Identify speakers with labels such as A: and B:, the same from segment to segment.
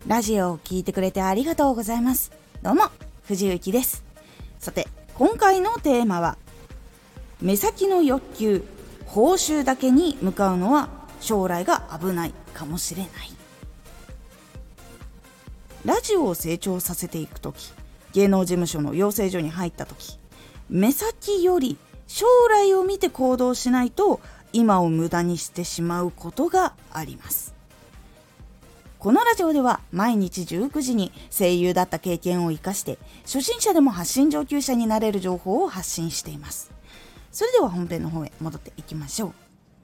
A: ラジオを聞いてくれてありがとうございます。どうも藤幸です。さて今回のテーマは、目先の欲求、報酬だけに向かうのは将来が危ないかもしれない。ラジオを成長させていくとき、芸能事務所の養成所に入ったとき、目先より将来を見て行動しないと今を無駄にしてしまうことがあります。このラジオでは毎日19時に声優だった経験を生かして初心者でも発信上級者になれる情報を発信しています。それでは本編の方へ戻っていきましょう。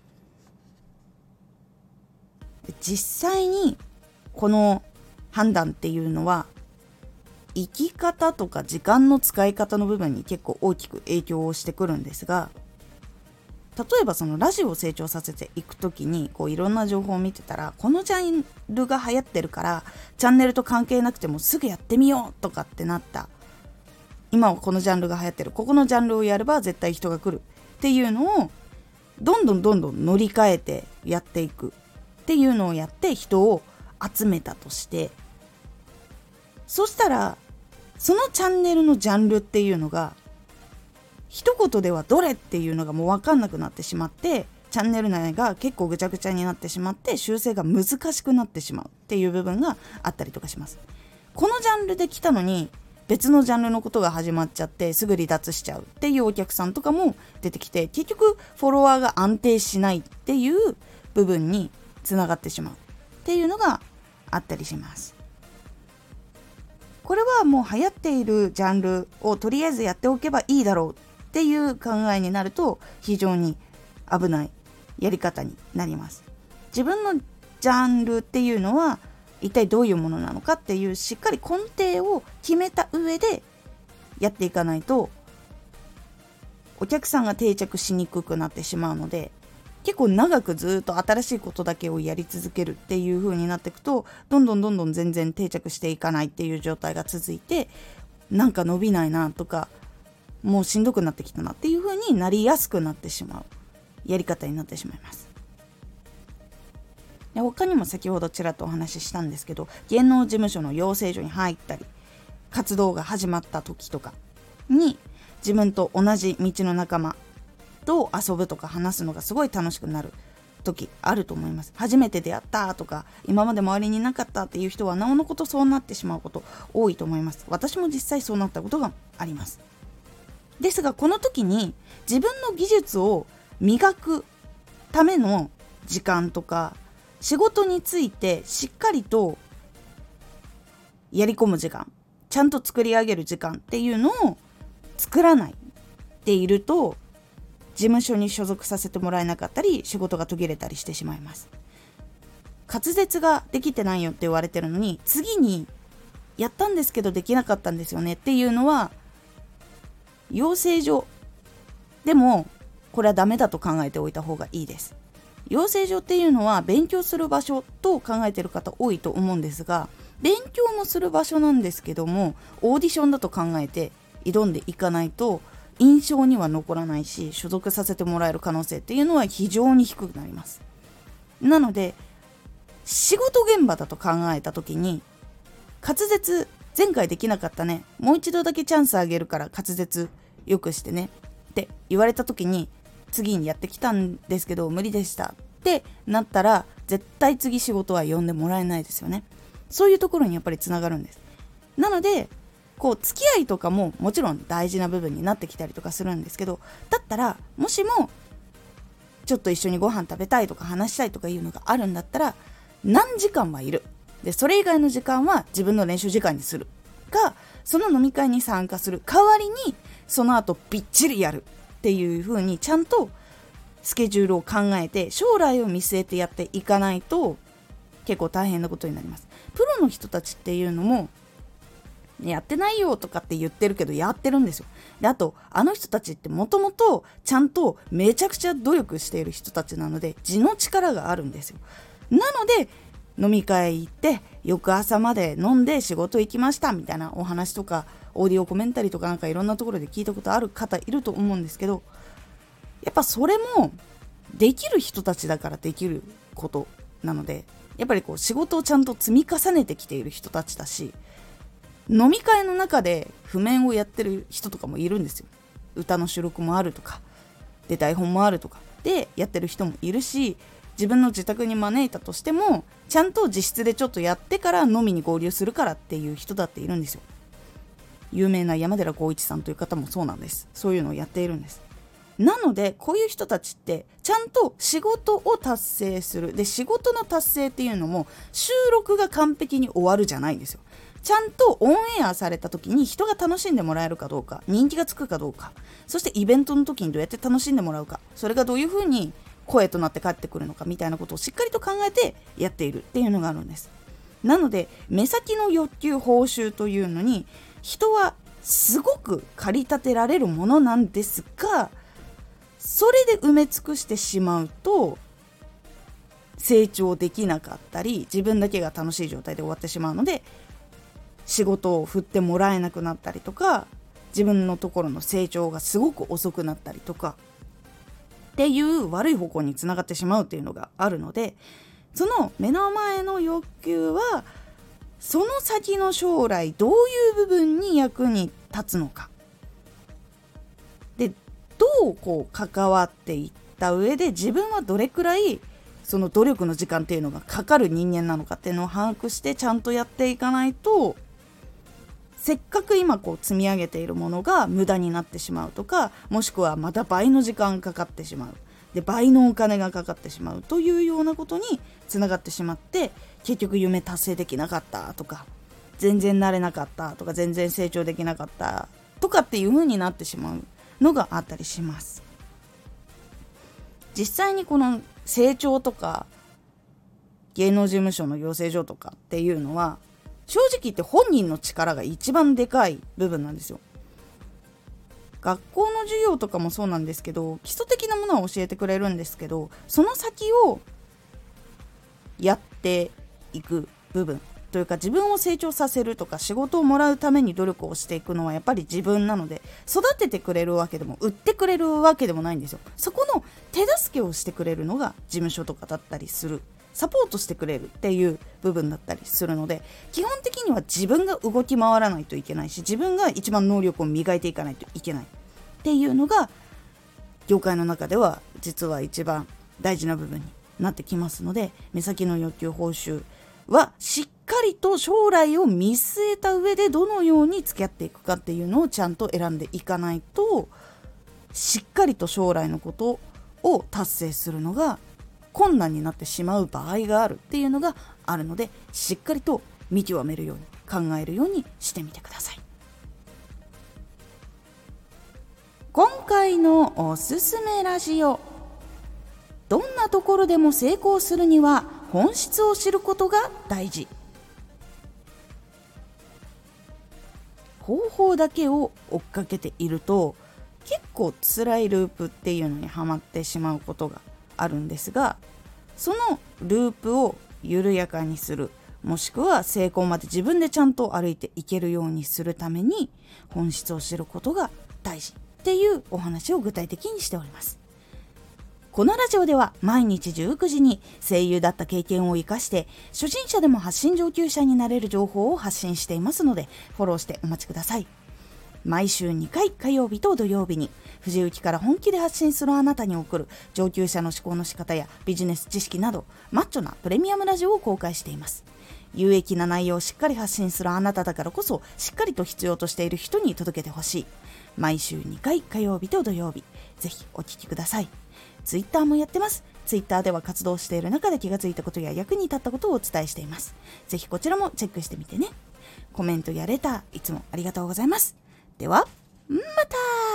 A: 実際にこの判断っていうのは生き方とか時間の使い方の部分に結構大きく影響をしてくるんですが、例えばそのラジオを成長させていくときにいろんな情報を見てたら、このジャンルが流行ってるからチャンネルと関係なくてもすぐやってみようとかってなった。今はこのジャンルが流行ってる、ここのジャンルをやれば絶対人が来るっていうのをどんどん乗り換えてやっていくっていうのをやって人を集めたとして、そしたらそのチャンネルのジャンルっていうのが一言ではどれっていうのがもう分かんなくなってしまって、チャンネル内が結構ぐちゃぐちゃになってしまって修正が難しくなってしまうっていう部分があったりとかします。このジャンルで来たのに別のジャンルのことが始まっちゃってすぐ離脱しちゃうっていうお客さんとかも出てきて、結局フォロワーが安定しないっていう部分につながってしまうっていうのがあったりします。これはもう流行っているジャンルをとりあえずやっておけばいいだろうっていう考えになると非常に危ないやり方になります。自分のジャンルっていうのは一体どういうものなのかっていうしっかり根底を決めた上でやっていかないとお客さんが定着しにくくなってしまうので、結構長くずっと新しいことだけをやり続けるっていう風になっていくと、どんどん全然定着していかないっていう状態が続いて、なんか伸びないなとかもうしんどくなってきたなっていう風になりやすくなってしまうやり方になってしまいます。で、他にも先ほどちらっとお話ししたんですけど、芸能事務所の養成所に入ったり活動が始まった時とかに自分と同じ道の仲間と遊ぶとか話すのがすごい楽しくなる時あると思います。初めて出会ったとか今まで周りになかったっていう人はなおのことそうなってしまうこと多いと思います。私も実際そうなったことがあります。ですがこの時に自分の技術を磨くための時間とか仕事についてしっかりとやり込む時間、ちゃんと作り上げる時間っていうのを作らないでいると、事務所に所属させてもらえなかったり仕事が途切れたりしてしまいます。滑舌ができてないよって言われてるのに、次にやったんですけどできなかったんですよねっていうのは養成所でもこれはダメだと考えておいた方がいいです。養成所っていうのは勉強する場所と考えている方多いと思うんですが、勉強もする場所なんですけどもオーディションだと考えて挑んでいかないと印象には残らないし、所属させてもらえる可能性っていうのは非常に低くなります。なので仕事現場だと考えた時に、滑舌前回できなかったね、もう一度だけチャンスあげるから滑舌よくしてねって言われた時に、次にやってきたんですけど無理でしたってなったら絶対次仕事は呼んでもらえないですよね。そういうところにやっぱりつながるんです。なので付き合いとかももちろん大事な部分になってきたりとかするんですけど、だったらもしもちょっと一緒にご飯食べたいとか話したいとかいうのがあるんだったら何時間はいる、でそれ以外の時間は自分の練習時間にするか、その飲み会に参加する代わりにその後びっちりやるっていう風にちゃんとスケジュールを考えて将来を見据えてやっていかないと結構大変なことになります。プロの人たちっていうのもやってないよとかって言ってるけどやってるんですよ。で、あとあの人たちってもともとちゃんとめちゃくちゃ努力している人たちなので地の力があるんですよ。なので飲み会行って翌朝まで飲んで仕事行きましたみたいなお話とかオーディオコメンタリーとかなんかいろんなところで聞いたことある方いると思うんですけど、やっぱそれもできる人たちだからできることなので、やっぱりこう仕事をちゃんと積み重ねてきている人たちだし、飲み会の中で譜面をやってる人とかもいるんですよ。歌の収録もあるとかで、台本もあるとかでやってる人もいるし、自分の自宅に招いたとしてもちゃんと自室でちょっとやってから飲みに合流するからっていう人だっているんですよ。有名な山寺宏一さんという方もそうなんです。そういうのをやっているんです。なのでこういう人たちってちゃんと仕事を達成する。で、仕事の達成っていうのも収録が完璧に終わるじゃないんですよ。ちゃんとオンエアされた時に人が楽しんでもらえるかどうか、人気がつくかどうか、そしてイベントの時にどうやって楽しんでもらうか、それがどういう風に声となって返ってくるのかみたいなことをしっかりと考えてやっているっていうのがあるんです。なので目先の欲求報酬というのに人はすごく駆り立てられるものなんですが、それで埋め尽くしてしまうと成長できなかったり、自分だけが楽しい状態で終わってしまうので仕事を振ってもらえなくなったりとか、自分のところの成長がすごく遅くなったりとかっていう悪い方向につながってしまうっていうのがあるので、その目の前の欲求はその先の将来どういう部分に役に立つのかで、どうこう関わっていった上で自分はどれくらいその努力の時間っていうのがかかる人間なのかっていうのを把握してちゃんとやっていかないと、せっかく今こう積み上げているものが無駄になってしまうとか、もしくはまた倍の時間かかってしまう、で倍のお金がかかってしまうというようなことにつながってしまって、結局夢達成できなかったとか、全然慣れなかったとか、全然成長できなかったとかっていう風になってしまうのがあったりします。実際にこの成長とか芸能事務所の養成所とかっていうのは正直言って本人の力が一番でかい部分なんですよ。学校の授業とかもそうなんですけど、基礎的なものは教えてくれるんですけど、その先をやっていく部分というか、自分を成長させるとか仕事をもらうために努力をしていくのはやっぱり自分なので、育ててくれるわけでも売ってくれるわけでもないんですよ。そこの手助けをしてくれるのが事務所とかだったりする、サポートしてくれるっていう部分だったりするので、基本的には自分が動き回らないといけないし、自分が一番能力を磨いていかないといけないっていうのが業界の中では実は一番大事な部分になってきますので、目先の欲求報酬はしっかりと将来を見据えた上でどのように付き合っていくかっていうのをちゃんと選んでいかないと、しっかりと将来のことを達成するのが困難になってしまう場合があるっていうのがあるので、しっかりと見極めるように考えるようにしてみてください。今回のおすすめラジオ、どんなところでも成功するには本質を知ることが大事。方法だけを追っかけていると結構辛いループっていうのにはまってしまうことがあるんですが、そのループを緩やかにする、もしくは成功まで自分でちゃんと歩いていけるようにするために本質を知ることが大事っていうお話を具体的にしております。このラジオでは毎日19時に声優だった経験を生かして初心者でも発信上級者になれる情報を発信していますので、フォローしてお待ちください。毎週2回火曜日と土曜日に藤雪から本気で発信するあなたに送る上級者の思考の仕方やビジネス知識などマッチョなプレミアムラジオを公開しています。有益な内容をしっかり発信するあなただからこそ、しっかりと必要としている人に届けてほしい。毎週2回火曜日と土曜日、ぜひお聞きください。ツイッターもやってます。ツイッターでは活動している中で気がついたことや役に立ったことをお伝えしています。ぜひこちらもチェックしてみてね。コメントやレターいつもありがとうございます。ではまた。